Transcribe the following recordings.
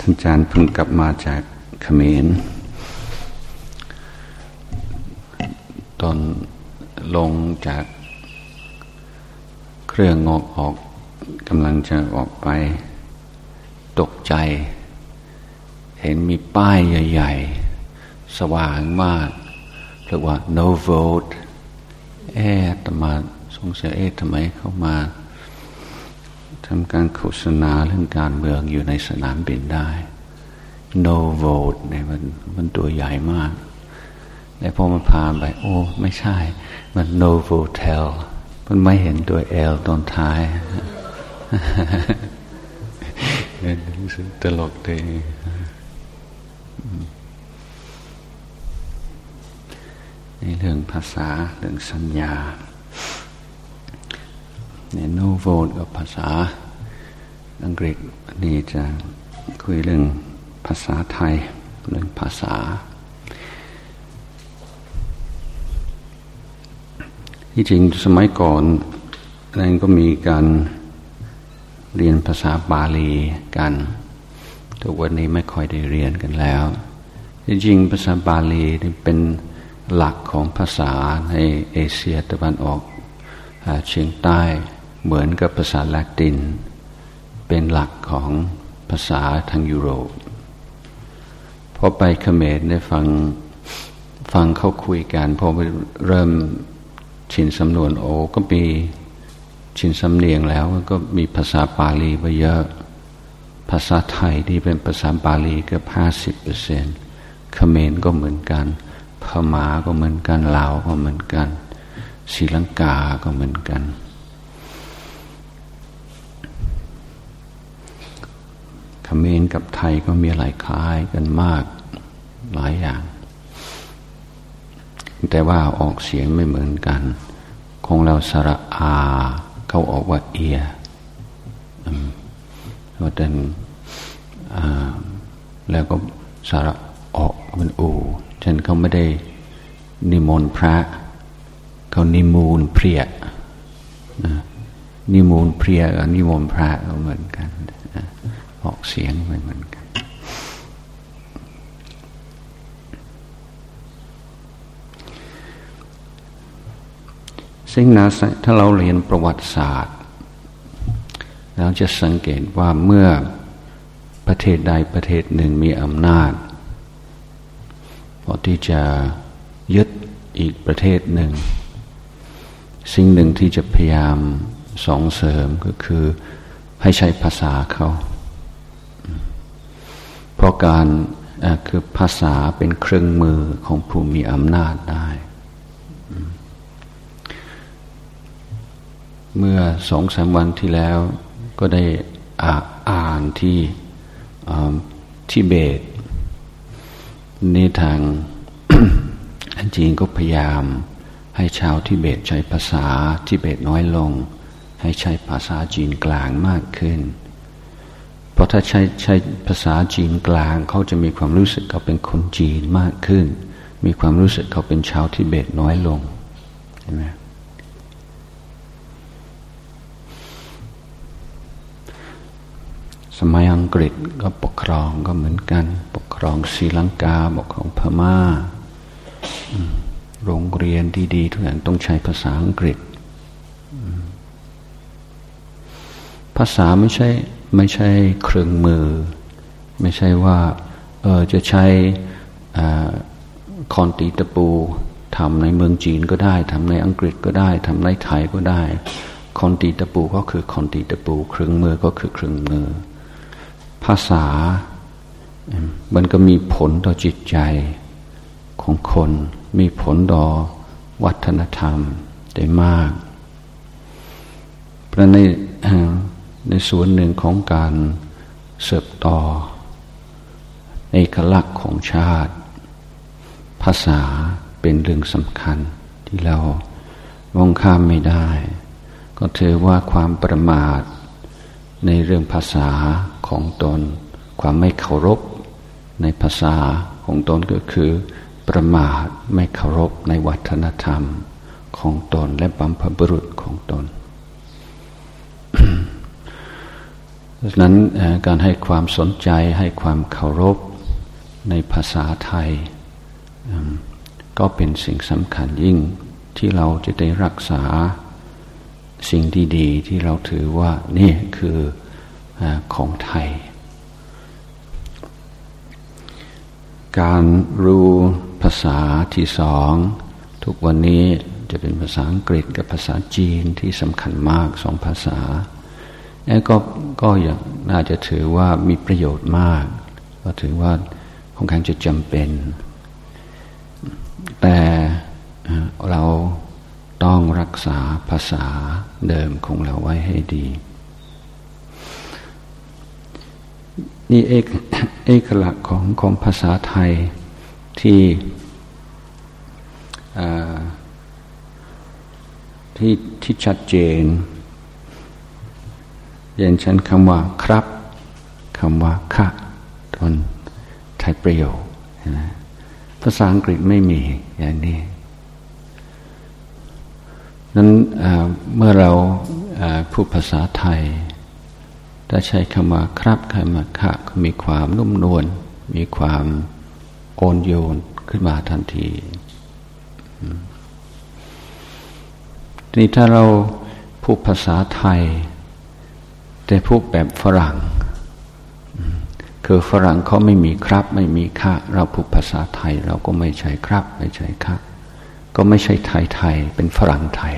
อาจารย์เพิ่งกลับมาจากเขมรตอนลงจากเครื่องออกกำลังจะออกไปตกใจเห็นมีป้ายใหญ่ๆสว่างมากเรียกว่า no vote แต่มาสงสัยทำไมเข้ามาทำการโฆษณาเรื่องการเมืองอยู่ในสนามบินได้ no vote เนี่ยมันตัวใหญ่มากแต่พอมันพาไปโอ้ไม่ใช่มัน no votel มันไม่เห็นตัว L ตอนท้ายตลกดีนี่เรื่องภาษาเรื่องสัญญาเนี่ย no vote กับภาษาอังกฤษนี่จะคุยเรื่องภาษาไทยเรื่องภาษาที่จริงสมัยก่อนนั้นก็มีการเรียนภาษาบาลีกันทุกวันนี้ไม่ค่อยได้เรียนกันแล้วที่จริงภาษาบาลีนี่เป็นหลักของภาษาในเอเชียตะวันออกเฉียงใต้เหมือนกับภาษาละตินเป็นหลักของภาษาทางยุโรปพอไปเขมรได้ฟังเขาคุยกันพอเริ่มชินสำนวนก็มีชินสำเนียงแล้วก็มีภาษาบาลีไปเยอะภาษาไทยที่เป็นภาษาบาลีเกือบ50%เขมรก็เหมือนกันพม่าก็เหมือนกันลาวก็เหมือนกันศรีลังกาก็เหมือนกันเขมรกับไทยก็มีหลายคล้ายกันมากหลายอย่างแต่ว่าออกเสียงไม่เหมือนกันของเราสระอาเขาออกว่าเอียแล้วแต่แล้วก็สระออกเป็นอูฉะนั้นเขาไม่ได้นิมนต์พระเขานิมูลเพรียนิมูลเพรียกับนิมนต์พระก็เหมือนกันออกเสียงไม่เหมือนกันสิ่งนั้นถ้าเราเรียนประวัติศาสตร์เราจะสังเกตว่าเมื่อประเทศใดประเทศหนึ่งมีอำนาจพอที่จะยึดอีกประเทศหนึ่งสิ่งหนึ่งที่จะพยายามส่งเสริมก็คือให้ใช้ภาษาเขาเพราะการคือภาษาเป็นเครื่องมือของผู้มีอำนาจได้เมื่อ2-3 วันที่แล้วก็ได้อ่านที่ทิเบตนี่ทาง จีนก็พยายามให้ชาวทิเบตใช้ภาษาทิเบตน้อยลงให้ใช้ภาษาจีนกลางมากขึ้นเพราะถ้าใช้ภาษาจีนกลางเขาจะมีความรู้สึกเขาเป็นคนจีนมากขึ้นมีความรู้สึกเขาเป็นชาวทิเบตน้อยลงเห็นไหมสมัยอังกฤษก็ปกครองก็เหมือนกันปกครองศรีลังกาปกครองพม่าโรงเรียนดีๆทุกอย่างต้องใช้ภาษาอังกฤษภาษาไม่ใช่เครื่องมือไม่ใช่ว่าจะใช้คอนตีตะปูทำในเมืองจีนก็ได้ทำในอังกฤษก็ได้ทำในไทยก็ได้คอนตีตะปูก็คือคอนตีตะปูเครื่องมือก็คือเครื่องมือภาษามันก็มีผลต่อจิตใจของคนมีผลต่อวัฒนธรรมได้มากเพราะในส่วนหนึ่งของการสืบต่อเอกลักษณ์ของชาติภาษาเป็นเรื่องสำคัญที่เรามองข้ามไม่ได้ก็ถือว่าความประมาทในเรื่องภาษาของตนความไม่เคารพในภาษาของตนก็คือประมาทไม่เคารพในวัฒนธรรมของตนและบรรพบุรุษของตน ฉเพราะฉะนั้นการให้ความสนใจให้ความเคารพในภาษาไทยก็เป็นสิ่งสำคัญยิ่งที่เราจะได้รักษาสิ่งดีๆที่เราถือว่านี่คือของไทยการรู้ภาษาที่สองทุกวันนี้จะเป็นภาษาอังกฤษกับภาษาจีนที่สำคัญมากสองภาษาก็อย่างน่าจะถือว่ามีประโยชน์มากก็ถือว่าค่อนข้างจะจำเป็นแต่เราต้องรักษาภาษาเดิมของเราไว้ให้ดีนี่เอกลักษณ์ของภาษาไทยที่ชัดเจนอย่างเช่นคำว่าครับคำว่าค่ะตอนไทยประโยคนะภาษาอังกฤษไม่มีอย่างนี้นั้นเมื่อเราพูดภาษาไทยถ้าใช้คำว่าครับคำว่าค่ะก็มีความนุ่มนวลมีความโอนโยนขึ้นมาทันทีนี่ถ้าเราพูดภาษาไทยแต่พูดแบบฝรั่งคือฝรั่งเขาไม่มีครับไม่มีค่ะเราพูดภาษาไทยเราก็ไม่ใช่ครับไม่ใช่ค่ะก็ไม่ใช่ไทยเป็นฝรั่งไทย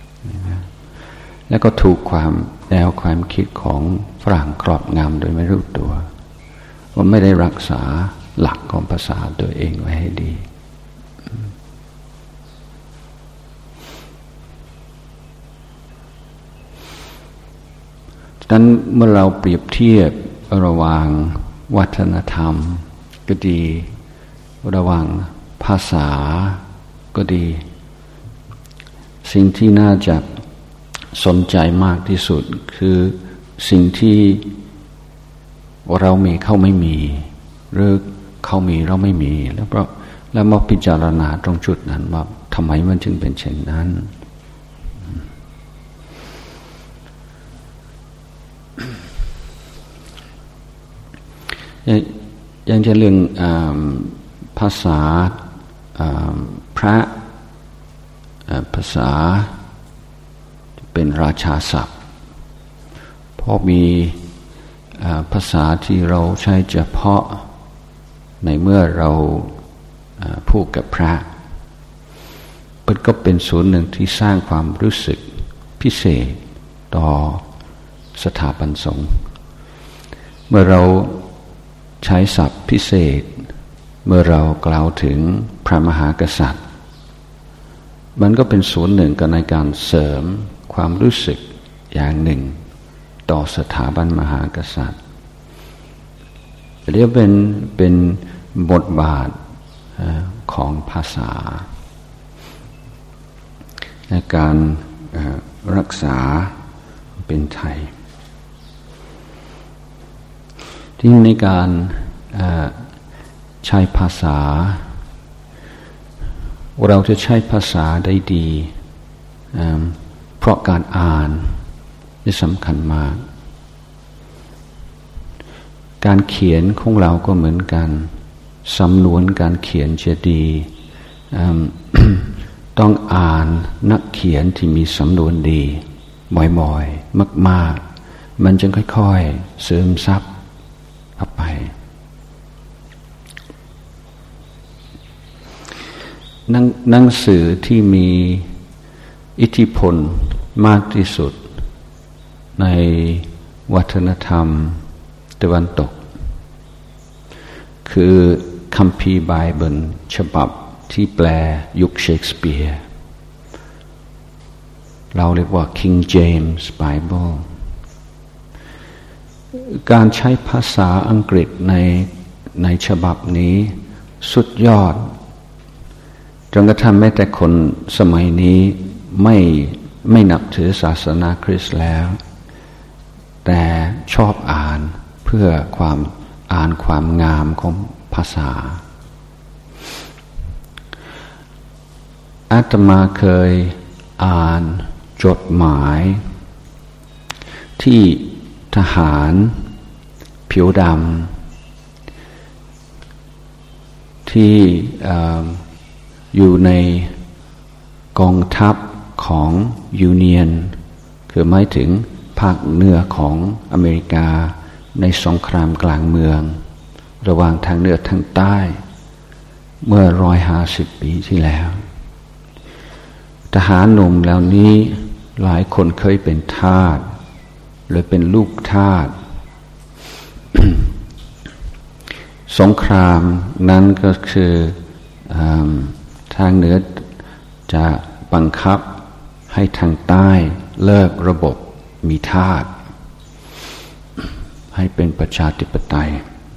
แล้วก็ถูกความแนวความคิดของฝรั่งครอบงำโดยไม่รู้ตัวว่าไม่ได้รักษาหลักของภาษาตัวเองไว้ให้ดีฉะนั้นเมื่อเราเปรียบเทียบระหว่างวัฒนธรรมก็ดีระหว่างภาษาก็ดีสิ่งที่น่าจะสนใจมากที่สุดคือสิ่งที่เรามีเขาไม่มีหรือเขามีเราไม่มีแล้วมาพิจารณาตรงจุดนั้นว่าทำไมมันจึงเป็นเช่นนั้นอย่างจะเรื่องภาษาพระภาษาเป็นราชาศัพท์เพราะมีภาษาที่เราใช้เฉพาะในเมื่อเราพูดกับพระมันก็เป็นส่วนหนึ่งที่สร้างความรู้สึกพิเศษต่อสถาบันสงฆ์เมื่อเราใช้ศัพท์พิเศษเมื่อเรากล่าวถึงพระมหากษัตริย์มันก็เป็นส่วนหนึ่งกันในการเสริมความรู้สึกอย่างหนึ่งต่อสถาบันมหากษัตริย์เรียกเป็นบทบาทของภาษาในการรักษาเป็นไทยที่ในการใช้ภาษาเราจะใช้ภาษาได้ดีเพราะการอ่านนี่สำคัญมากการเขียนของเราก็เหมือนกันสำนวนการเขียนจะดีต้องอ่านนักเขียนที่มีสำนวนดีบ่อยๆมากๆมันจึงค่อยๆซึมซับเข้าไปหนังสือที่มีอิทธิพลมากที่สุดในวัฒนธรรมตะวันตกคือคัมภีร์ไบเบิลฉบับที่แปลยุคเชคสเปียร์เราเรียกว่า King James Bible การใช้ภาษาอังกฤษในฉบับนี้สุดยอดจนกระทั่งแม้แต่คนสมัยนี้ไม่นับถือศาสนาคริสต์แล้วแต่ชอบอ่านเพื่อความงามของภาษาอาตมาเคยอ่านจดหมายที่ทหารผิวดำที่อยู่ในกองทัพของยูเนียนคือหมายถึงภาคเหนือของอเมริกาในสงครามกลางเมืองระหว่างทางเหนือทางใต้เมื่อ150 ปีที่แล้วทหารหนุ่มเหล่านี้หลายคนเคยเป็นทาสหรือเป็นลูกทาส สงครามนั้นก็คือทางเหนือจะบังคับให้ทางใต้เลิกระบบมีทาสให้เป็นประชาธิปไตย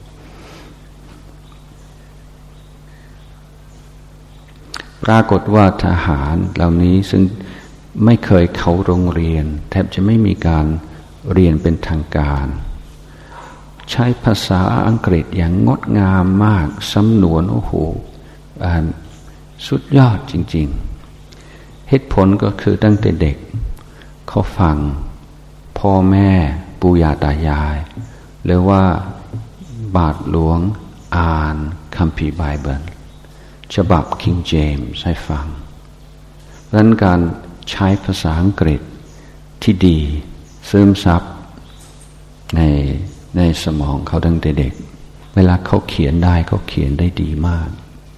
ปรากฏว่าทหารเหล่านี้ซึ่งไม่เคยเข้าโรงเรียนแทบจะไม่มีการเรียนเป็นทางการใช้ภาษาอังกฤษอย่างงดงามมากสำนวนโอ้โหสุดยอดจริงๆเหตุผลก็คือตั้งแต่เด็กเขาฟังพ่อแม่ปู่ย่าตายายหรือว่าบาทหลวงอ่านคัมภีร์ไบเบิลฉบับ King James ให้ฟังดังนั้นการใช้ภาษาอังกฤษที่ดีซึมซับในสมองเขาตั้งแต่เด็กเวลาเขาเขียนได้เขาเขียนได้ดีมาก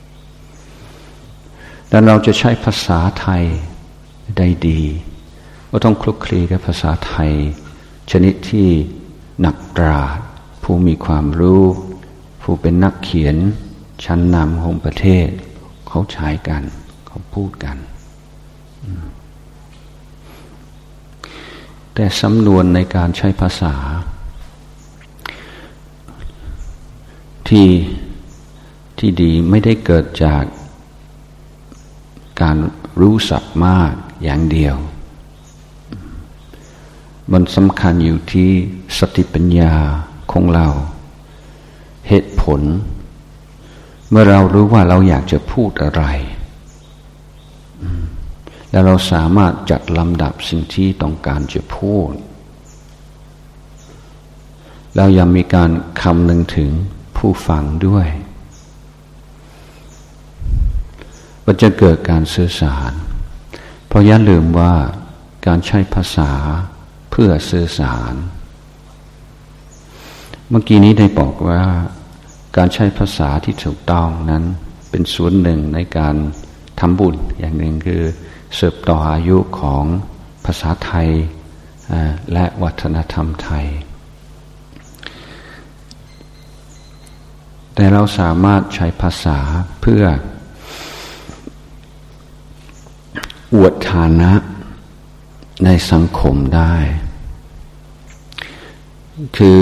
แต่เราจะใช้ภาษาไทยได้ดีก็ต้องคลุกคลีกับภาษาไทยชนิดที่นักปราชญ์ผู้มีความรู้ผู้เป็นนักเขียนชั้นนำของประเทศเขาใช้กันเขาพูดกันแต่สำนวนในการใช้ภาษาที่ดีไม่ได้เกิดจากการรู้ศัพท์มากอย่างเดียวมันสำคัญอยู่ที่สติปัญญาของเราเหตุผลเมื่อเรารู้ว่าเราอยากจะพูดอะไรแล้วเราสามารถจัดลำดับสิ่งที่ต้องการจะพูดแล้วยังมีการคำนึงถึงผู้ฟังด้วยมันจะเกิดการสื่อสารเพราะอย่าลืมว่าการใช้ภาษาเพื่อสื่อสารเมื่อกี้นี้ได้บอกว่าการใช้ภาษาที่ถูกต้องนั้นเป็นส่วนหนึ่งในการทำบุญอย่างหนึ่งคือสืบต่ออายุของภาษาไทยและวัฒนธรรมไทยแต่เราสามารถใช้ภาษาเพื่ออวดฐานะในสังคมได้คือ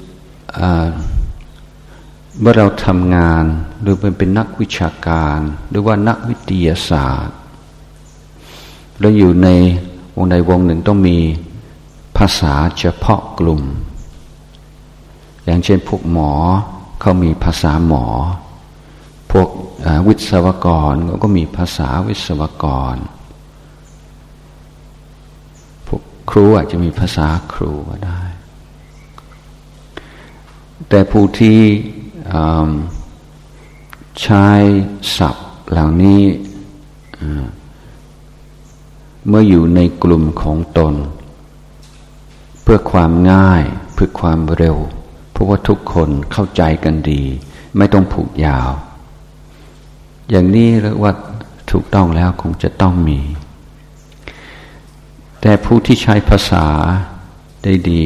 เมื่อเราทำงานหรือเป็นนักวิชาการหรือว่านักวิทยาศาสตร์เราอยู่ในวงใดวงหนึ่งต้องมีภาษาเฉพาะกลุ่มอย่างเช่นพวกหมอเขามีภาษาหมอพวกวิศวกรก็มีภาษาวิศวกรพวกครูอาจจะมีภาษาครูก็ได้แต่ผู้ที่ใช้ศัพท์เหล่านี้เมื่ออยู่ในกลุ่มของตนเพื่อความง่ายเพื่อความเร็วเพราะว่าทุกคนเข้าใจกันดีไม่ต้องผูกยาวอย่างนี้เรียกว่าถูกต้องแล้วคงจะต้องมีแต่ผู้ที่ใช้ภาษาได้ดี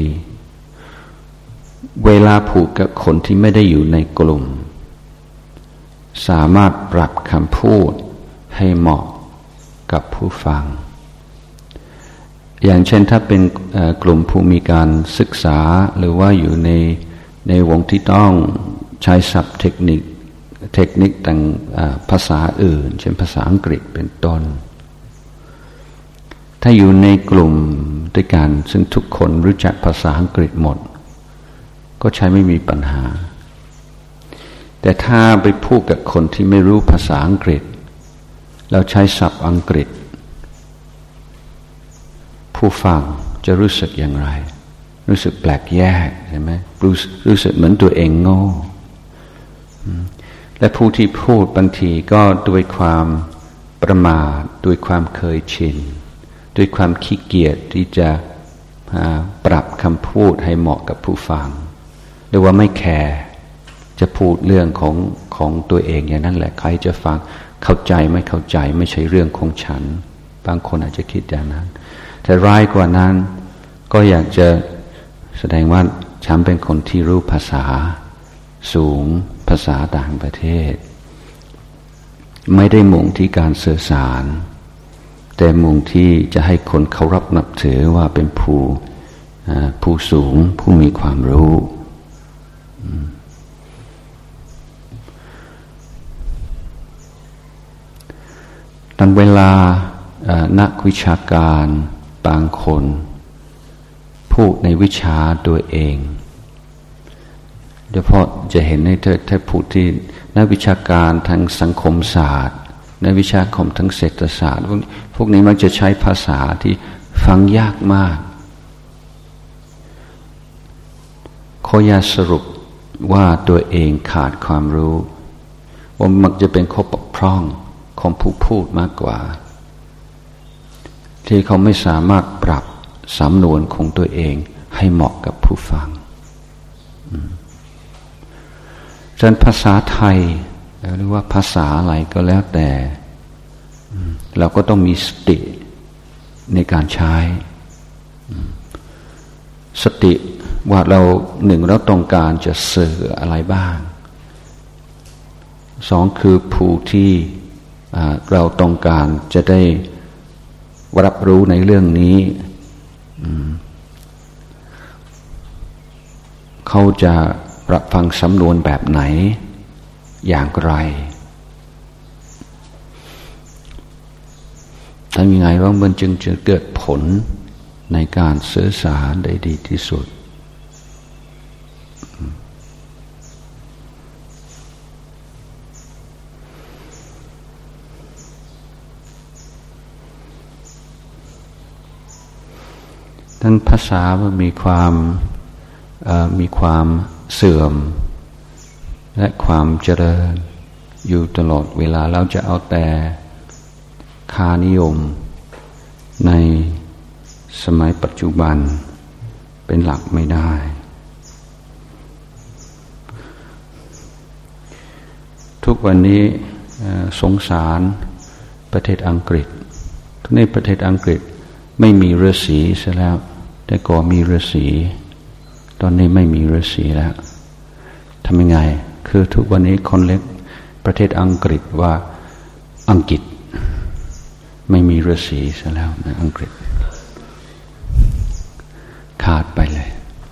เวลาพูดกับคนที่ไม่ได้อยู่ในกลุ่มสามารถปรับคำพูดให้เหมาะกับผู้ฟังอย่างเช่นถ้าเป็นกลุ่มผู้มีการศึกษาหรือว่าอยู่ในวงที่ต้องใช้ศัพท์เทคนิคต่างภาษาอื่นเช่นภาษาอังกฤษเป็นต้นถ้าอยู่ในกลุ่มด้วยกันซึ่งทุกคนรู้จักภาษาอังกฤษหมดก็ใช้ไม่มีปัญหาแต่ถ้าไปพูดกับคนที่ไม่รู้ภาษาอังกฤษแล้วใช้ศัพท์อังกฤษผู้ฟังจะรู้สึกอย่างไรรู้สึกแปลกแยกใช่ไหมรู้สึกเหมือนตัวเองโง่และผู้ที่พูดบางทีก็ด้วยความประมาทด้วยความเคยชินด้วยความขี้เกียจที่จะปรับคำพูดให้เหมาะกับผู้ฟังหรือว่าไม่แคร์จะพูดเรื่องของตัวเองอย่างนั้นแหละใครจะฟังเข้าใจไม่เข้าใจไม่ใช่เรื่องของฉันบางคนอาจจะคิดอย่างนั้นแต่ร้ายกว่านั้นก็อยากจะแสดงว่าฉันเป็นคนที่รู้ภาษาสูงภาษาต่างประเทศไม่ได้มุ่งที่การสื่อสารแต่มุ่งที่จะให้คนเคารพนับถือว่าเป็นผู้สูงผู้มีความรู้ตอนเวลานักวิชาการบางคนพูดในวิชาตัวเองโดยเฉพาะจะเห็นในถ้าพูดที่นักวิชาการทางสังคมศาสตร์นักวิชาการทางเศรษฐศาสตร์พวกนี้มักจะใช้ภาษาที่ฟังยากมากเขาอยากสรุปว่าตัวเองขาดความรู้ว่ามักจะเป็นข้อบกพร่องของผู้พูดมากกว่าที่เขาไม่สามารถปรับสำนวนของตัวเองให้เหมาะกับผู้ฟังฉะนั้นภาษาไทยหรือว่าภาษาอะไรก็แล้วแต่เราก็ต้องมีสติในการใช้สติว่าเราเราต้องการจะสื่ออะไรบ้างสองคือผู้ที่เราต้องการจะได้รับรู้ในเรื่องนี้เขาจะรับฟังสำนวนแบบไหนอย่างไรทำยังไงว่ามันจึงจะเกิดผลในการสื่อสารได้ดีที่สุดทั้งภาษามันมีความเสื่อมและความเจริญอยู่ตลอดเวลาเราจะเอาแต่ค่านิยมในสมัยปัจจุบันเป็นหลักไม่ได้ทุกวันนี้สงสารประเทศอังกฤษทุกในประเทศอังกฤษไม่มีฤาษีซะแล้วแต่ก่อนมีฤาษีตอนนี้ไม่มีฤาษีแล้วทำยังไงคือทุกวันนี้คนเล็กประเทศอังกฤษว่าอังกฤษไม่มีฤาษีซะแล้วในอังกฤษขาดไปเลย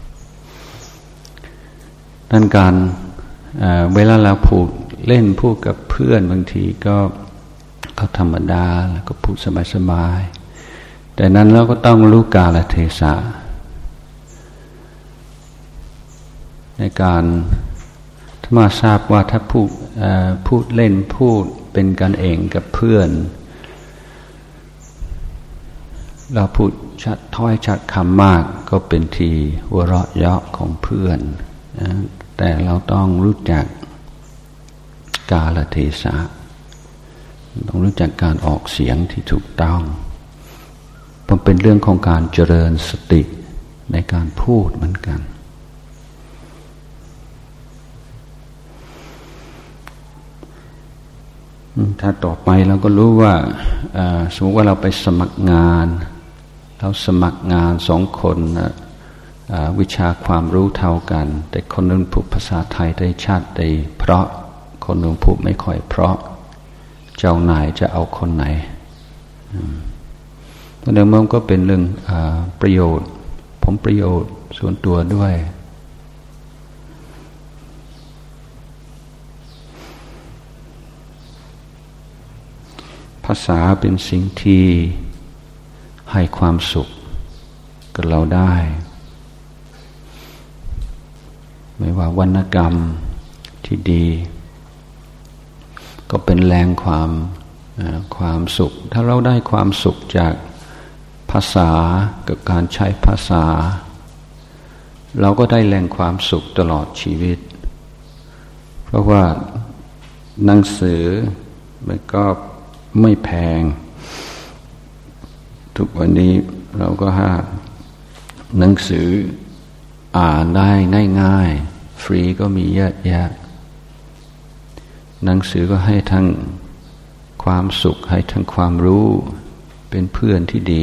นั่นการเวลาเราพูดกับเพื่อนบางทีก็ธรรมดาแล้วก็พูดสบายๆแต่นั้นเราก็ต้องรู้กาลเทศะในการถ้ามาทราบว่าถ้าพูดเล่นพูดเป็นกันเองกับเพื่อนเราพูดชัดถ้อยชัดคำมากก็เป็นทีหัวเราะเยาะของเพื่อนแต่เราต้องรู้จักกาลเทศะต้องรู้จักการออกเสียงที่ถูกต้องมันเป็นเรื่องของการเจริญสติในการพูดเหมือนกันถ้าต่อไปเราก็รู้ว่าสมมติว่าเราไปสมัครงานเราสมัครงาน2 คนวิชาความรู้เท่ากันแต่คนนึงพูดภาษาไทยได้ชัดได้เพราะคนนึงพูดไม่ค่อยเพราะเจ้านายจะเอาคนไหนเพราะฉะนั้นมันก็เป็นเรื่องประโยชน์ผมประโยชน์ส่วนตัวด้วยภาษาเป็นสิ่งที่ให้ความสุขกับเราได้ไม่ว่าวรรณกรรมที่ดีก็เป็นแรงความสุขถ้าเราได้ความสุขจากภาษากับการใช้ภาษาเราก็ได้แหล่งความสุขตลอดชีวิตเพราะว่าหนังสือมันก็ไม่แพงทุกวันนี้เราก็หาหนังสืออ่านได้ง่ายๆฟรีก็มีเยอะแยะหนังสือก็ให้ทั้งความสุขให้ทั้งความรู้เป็นเพื่อนที่ดี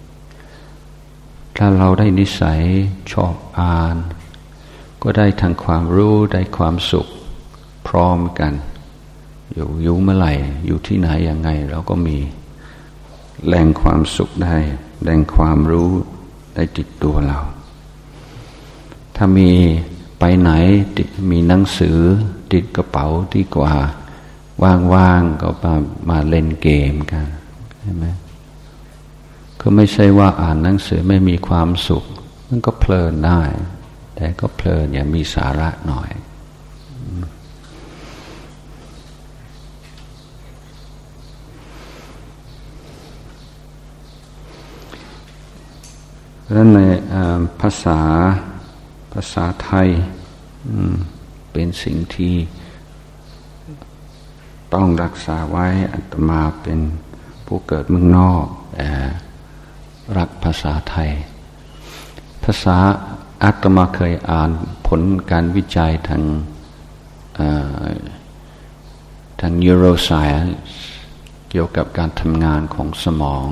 ถ้าเราได้นิสัยชอบอ่านก็ได้ทั้งความรู้ได้ความสุขพร้อมกันอยู่เมื่อไหร่อยู่ที่ไหนยังไงเราก็มีแหล่งความสุขได้แหล่งความรู้ได้ติดตัวเราถ้ามีไปไหนมีหนังสือติดกระเป๋าดีกว่าว่างๆก็มาเล่นเกมกันใช่ไหมก็ไม่ใช่ว่าอ่านหนังสือไม่มีความสุขมันก็เพลินได้แต่ก็เพลินอย่ามีสาระหน่อยแล้วในภาษาไทยเป็นสิ่งที่ต้องรักษาไว้อาตมาเป็นผู้เกิดเมืองนอกแต่รักภาษาไทยภาษาอาตมาเคยอ่านผลการวิจัยทางneuroscience เกี่ยวกับการทำงานของสมอง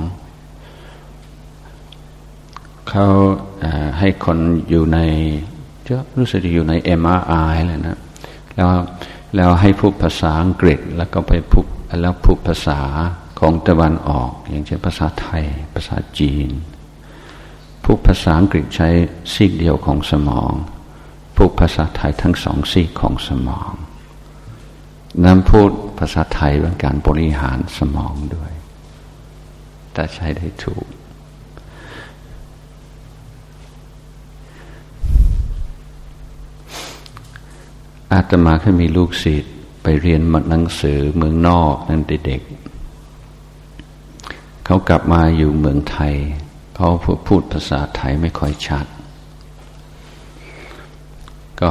เขาให้คนอยู่ในรู้สึกอยู่ใน MRI เลยนะแล้วให้พูดภาษาอังกฤษแล้วก็ไปพูดภาษาของตะวันออกอย่างเช่นภาษาไทยภาษาจีนพูดภาษาอังกฤษใช้ซีกเดียวของสมองพูดภาษาไทยทั้งสองซีกของสมองนั้นพูดภาษาไทยเรื่องการบริหารสมองด้วยแต่ใช้ได้ถูกอาตมาเคยมีลูกศิษย์ไปเรียนหนังสือเมืองนอกนั่นเด็กเขากลับมาอยู่เมืองไทยเขาพูดภาษาไทยไม่ค่อยชัดก็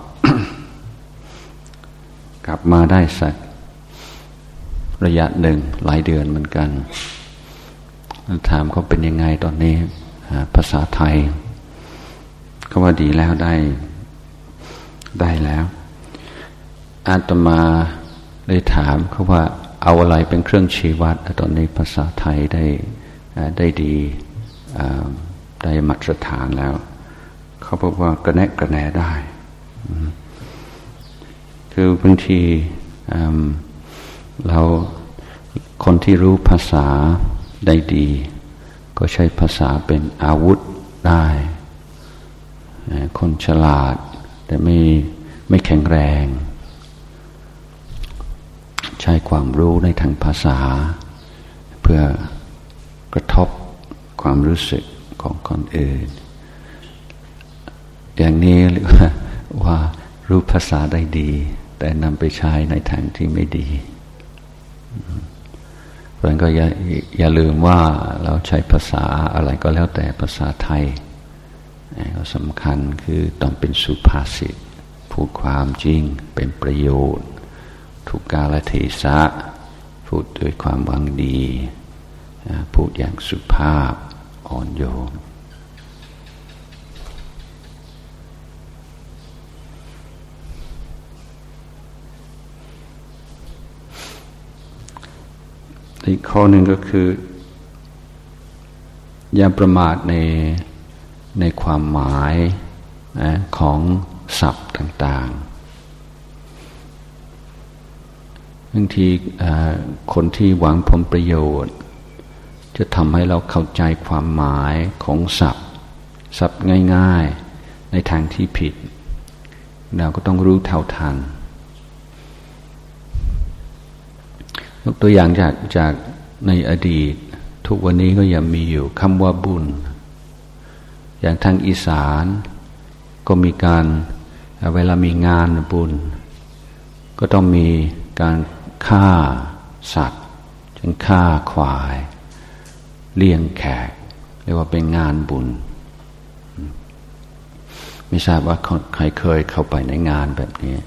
กลับมาได้สักระยะหนึ่งหลายเดือนเหมือนกันถามเขาเป็นยังไงตอนนี้ภาษาไทยเขาว่าดีแล้วได้แล้วอาตมาได้ถามเขาว่าเอาอะไรเป็นเครื่องชี้วัดตอนนี้ภาษาไทยได้ดีได้มาตรฐานแล้วเขาบอกว่ากระแนะกระแหนได้คือบางทีเราคนที่รู้ภาษาได้ดีก็ใช้ภาษาเป็นอาวุธได้คนฉลาดแต่ไม่แข็งแรงใช้ความรู้ในทางภาษาเพื่อกระทบความรู้สึกของคนอื่นอย่างนี้เรียกว่ารู้ภาษาได้ดีแต่นำไปใช้ในทางที่ไม่ดีเพราะฉะนั้นก็อย่าลืมว่าเราใช้ภาษาอะไรก็แล้วแต่ภาษาไทยสำคัญคือต้องเป็นสุภาษิตพูดความจริงเป็นประโยชน์ทุกกาลเทศะพูดด้วยความหวังดีพูดอย่างสุภาพอ่อนโยนอีกข้อหนึ่งก็คืออย่าประมาทในความหมายของศัพท์ต่างๆบางทีคนที่หวังผลประโยชน์จะทำให้เราเข้าใจความหมายของศัพท์ง่ายๆในทางที่ผิดเราก็ต้องรู้เท่าทันยกตัวอย่างจากในอดีตทุกวันนี้ก็ยังมีอยู่คำว่าบุญอย่างทางอีสานก็มีการเวลามีงานบุญก็ต้องมีการฆ่าสัตว์เช่นฆ่าควายเลี้ยงแขกเรียกว่าเป็นงานบุญไม่ทราบว่าใครเคยเข้าไปในงานแบบนี้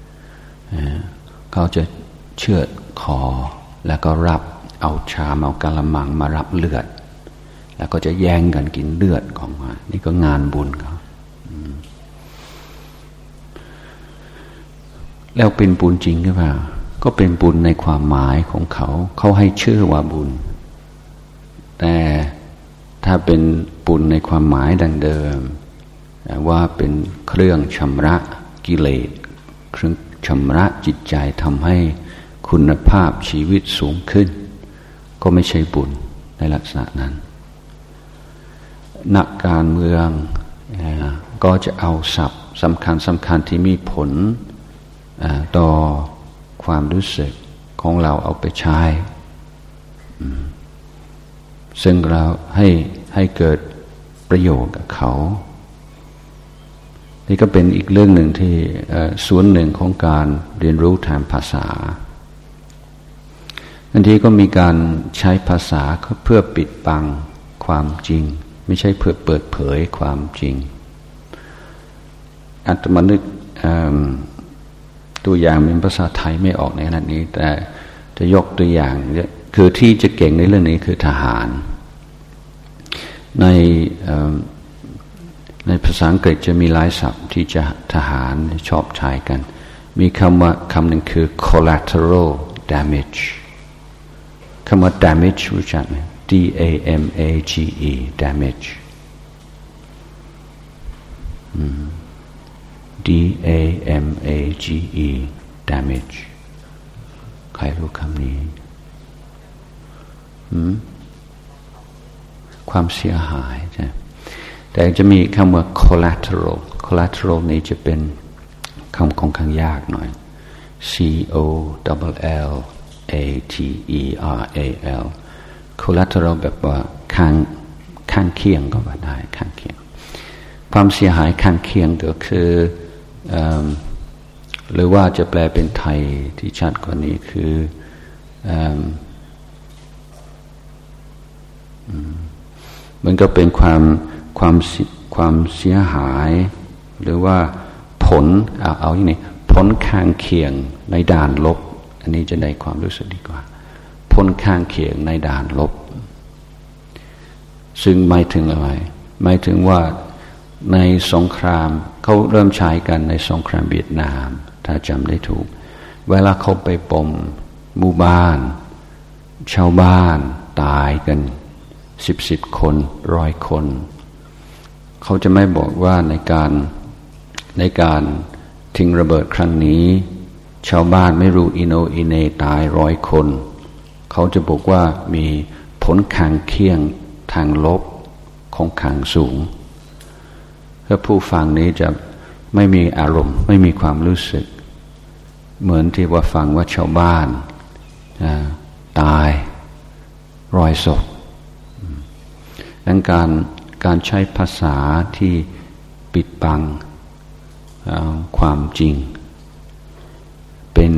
เขาจะเชือดคอแล้วก็รับเอาชามเอากะละมังมารับเลือดแล้วก็จะแย่งกันกินเลือดของมันนี่ก็งานบุญเขาแล้วเป็นบุญจริงหรือเปล่าก็เป็นบุญในความหมายของเขาเขาให้ชื่อว่าบุญแต่ถ้าเป็นบุญในความหมายดังเดิมว่าเป็นเครื่องชำระกิเลสเครื่องชำระจิตใจทำให้คุณภาพชีวิตสูงขึ้นก็ไม่ใช่บุญในลักษณะนั้นนักการเมืองก็จะเอาศัพท์สำคัญที่มีผลต่อความรู้สึกของเราเอาไปใช้ซึ่งเราให้เกิดประโยชน์กับเขานี่ก็เป็นอีกเรื่องหนึ่งที่ส่วนหนึ่งของการเรียนรู้ทางภาษาบางทีก็มีการใช้ภาษาเพื่อปิดบังความจริงไม่ใช่เพื่อเปิดเผยความจริงอาตมานึกตัวอย่างเป็นภาษาไทยไม่ออกในขณะนี้แต่จะยกตัวอย่างคือที่จะเก่งในเรื่องนี้คือทหารในภาษาอังกฤษจะมีหลายศัพท์ที่จะทหารชอบใช้กันมีคำหนึ่งคือ collateral damage คำว่า damage รู้จักไหม D-A-M-A-G-E damage D-A-M-A-G-E damage ใครรู้คำนี้ความเสียหายใช่แต่จะมีคำว่า collateral นี้จะเป็นคำค่อนข้างยากหน่อย C-O-L-L-A-T-E-R-A-L collateral แบบว่าข้างเคียงก็ว่าได้ข้างเคียงความเสียหายข้างเคียงก็คือหรือว่าจะแปลเป็นไทยที่ชัดกว่านี้คือมันก็เป็นความเสียหายหรือว่าผลเอาอย่างนี้ผลข้างเคียงในด้านลบอันนี้จะได้ความรู้สึกดีกว่าผลข้างเคียงในด้านลบซึ่งหมายถึงอะไรหมายถึงว่าในสงครามเขาเริ่มใช้กันในสงครามเวียดนามถ้าจำได้ถูกเวลาเขาไปปมหมู่บ้านชาวบ้านตายกัน10 คน100 คนเขาจะไม่บอกว่าในการทิ้งระเบิดครั้งนี้ชาวบ้านไม่รู้อิโนอิเนตาย100 คนเขาจะบอกว่ามีผลข้างเคียงทางลบของข้างสูงเพื่อผู้ฟังนี้จะไม่มีอารมณ์ไม่มีความรู้สึกเหมือนที่ว่าฟังว่าชาวบ้านตาย100 ศพดังการใช้ภาษาที่ปิดบังความจริงเป็น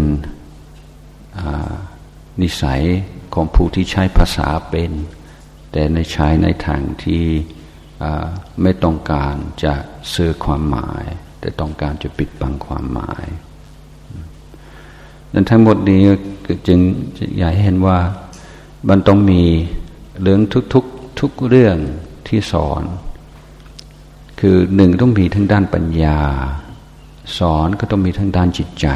นิสัยของผู้ที่ใช้ภาษาเป็นแต่ในใช้ในทางที่ไม่ต้องการจะสื่อความหมายแต่ต้องการจะปิดบังความหมายดังทั้งหมดนี้จึงอยากให้เห็นว่ามันต้องมีเรื่องทุกเรื่องที่สอนคือหนึ่งต้องมีทั้งด้านปัญญาสอนก็ต้องมีทั้งด้านจิตใจ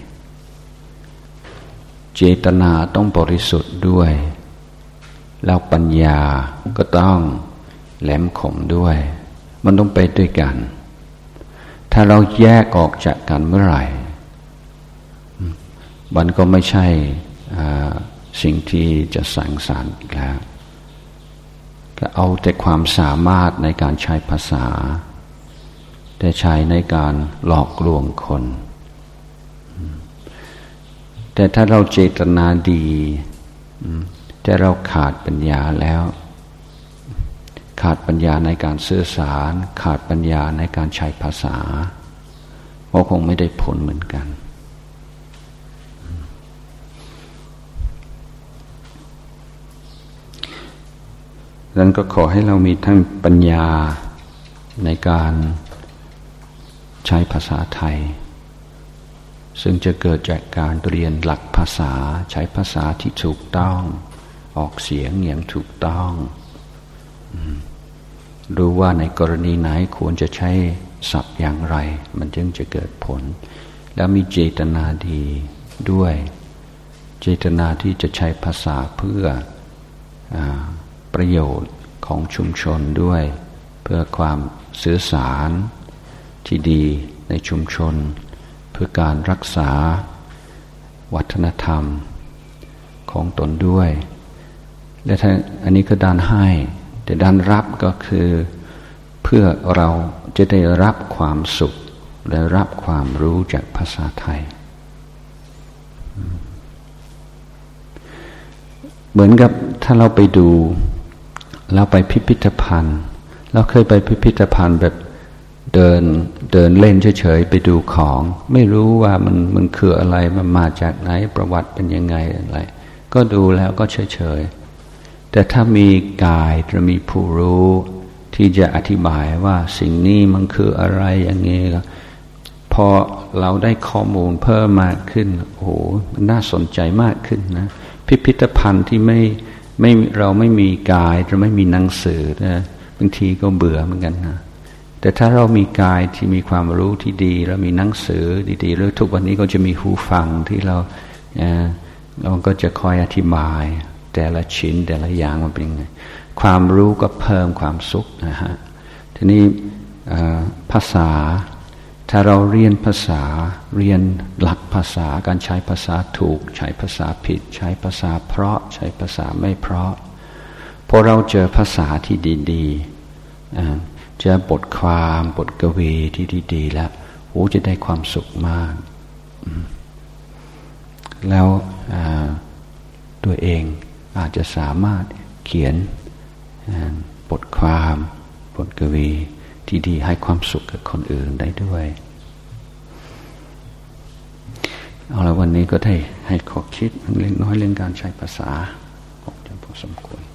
เจตนาต้องบริสุทธิ์ด้วยแล้วปัญญาก็ต้องแหลมคมด้วยมันต้องไปด้วยกันถ้าเราแยกออกจากกันเมื่อไหร่มันก็ไม่ใช่สิ่งที่จะสังสรรค์อีกแล้วก็เอาแต่ความสามารถในการใช้ภาษาแต่ใช้ในการหลอกลวงคนแต่ถ้าเราเจตนาดีแต่เราขาดปัญญาแล้วขาดปัญญาในการสื่อสารขาดปัญญาในการใช้ภาษาก็คงไม่ได้ผลเหมือนกันดังนั้นก็ขอให้เรามีทั้งปัญญาในการใช้ภาษาไทยซึ่งจะเกิดจากการเรียนหลักภาษาใช้ภาษาที่ถูกต้องออกเสียงอย่างถูกต้องรู้ว่าในกรณีไหนควรจะใช้ศัพท์อย่างไรมันจึงจะเกิดผลแล้วมีเจตนาดีด้วยเจตนาที่จะใช้ภาษาเพื่อประโยชน์ของชุมชนด้วยเพื่อความสื่อสารที่ดีในชุมชนเพื่อการรักษาวัฒนธรรมของตนด้วยและอันนี้ก็ด้านให้แต่ด้านรับก็คือเพื่อเราจะได้รับความสุขและรับความรู้จากภาษาไทยเหมือนกับถ้าเราไปดูเราไปพิพิธภัณฑ์เราเคยไปพิพิธภัณฑ์แบบเดินเล่นเฉยๆไปดูของไม่รู้ว่ามันคืออะไรมันมาจากไหนประวัติเป็นยังไงอะไรก็ดูแล้วก็เฉยๆแต่ถ้ามีกายจะมีผู้รู้ที่จะอธิบายว่าสิ่งนี้มันคืออะไรอย่างนี้พอเราได้ข้อมูลเพิ่มมากขึ้นโอ้โหมันน่าสนใจมากขึ้นนะพิพิธภัณฑ์ที่เราไม่มีกายจะไม่มีหนังสือนะบางทีก็เบื่อเหมือนกันนะแต่ถ้าเรามีกายที่มีความรู้ที่ดีเรามีหนังสือดีๆหรือทุกวันนี้ก็จะมีหูฟังที่เราก็จะคอยอธิบายแต่ละชิ้นแต่ละอย่างมันเป็นยังไงความรู้ก็เพิ่มความสุขนะฮะทีนี้ภาษาถ้าเราเรียนภาษาเรียนหลักภาษาการใช้ภาษาถูกใช้ภาษาผิดใช้ภาษาเพราะใช้ภาษาไม่เพราะพอเราเจอภาษาที่ดีๆเจอบทความบทกวีที่ดีๆแล้วโอ้จะได้ความสุขมากแล้วตัวเองอาจจะสามารถเขียนบทความบทกวีที่ดีให้ความสุขกับคนอื่นได้ด้วยเอาละวันนี้ก็ได้ให้ข้อคิดเล็กน้อยเรื่องการใช้ภาษาคงจะพอสมควร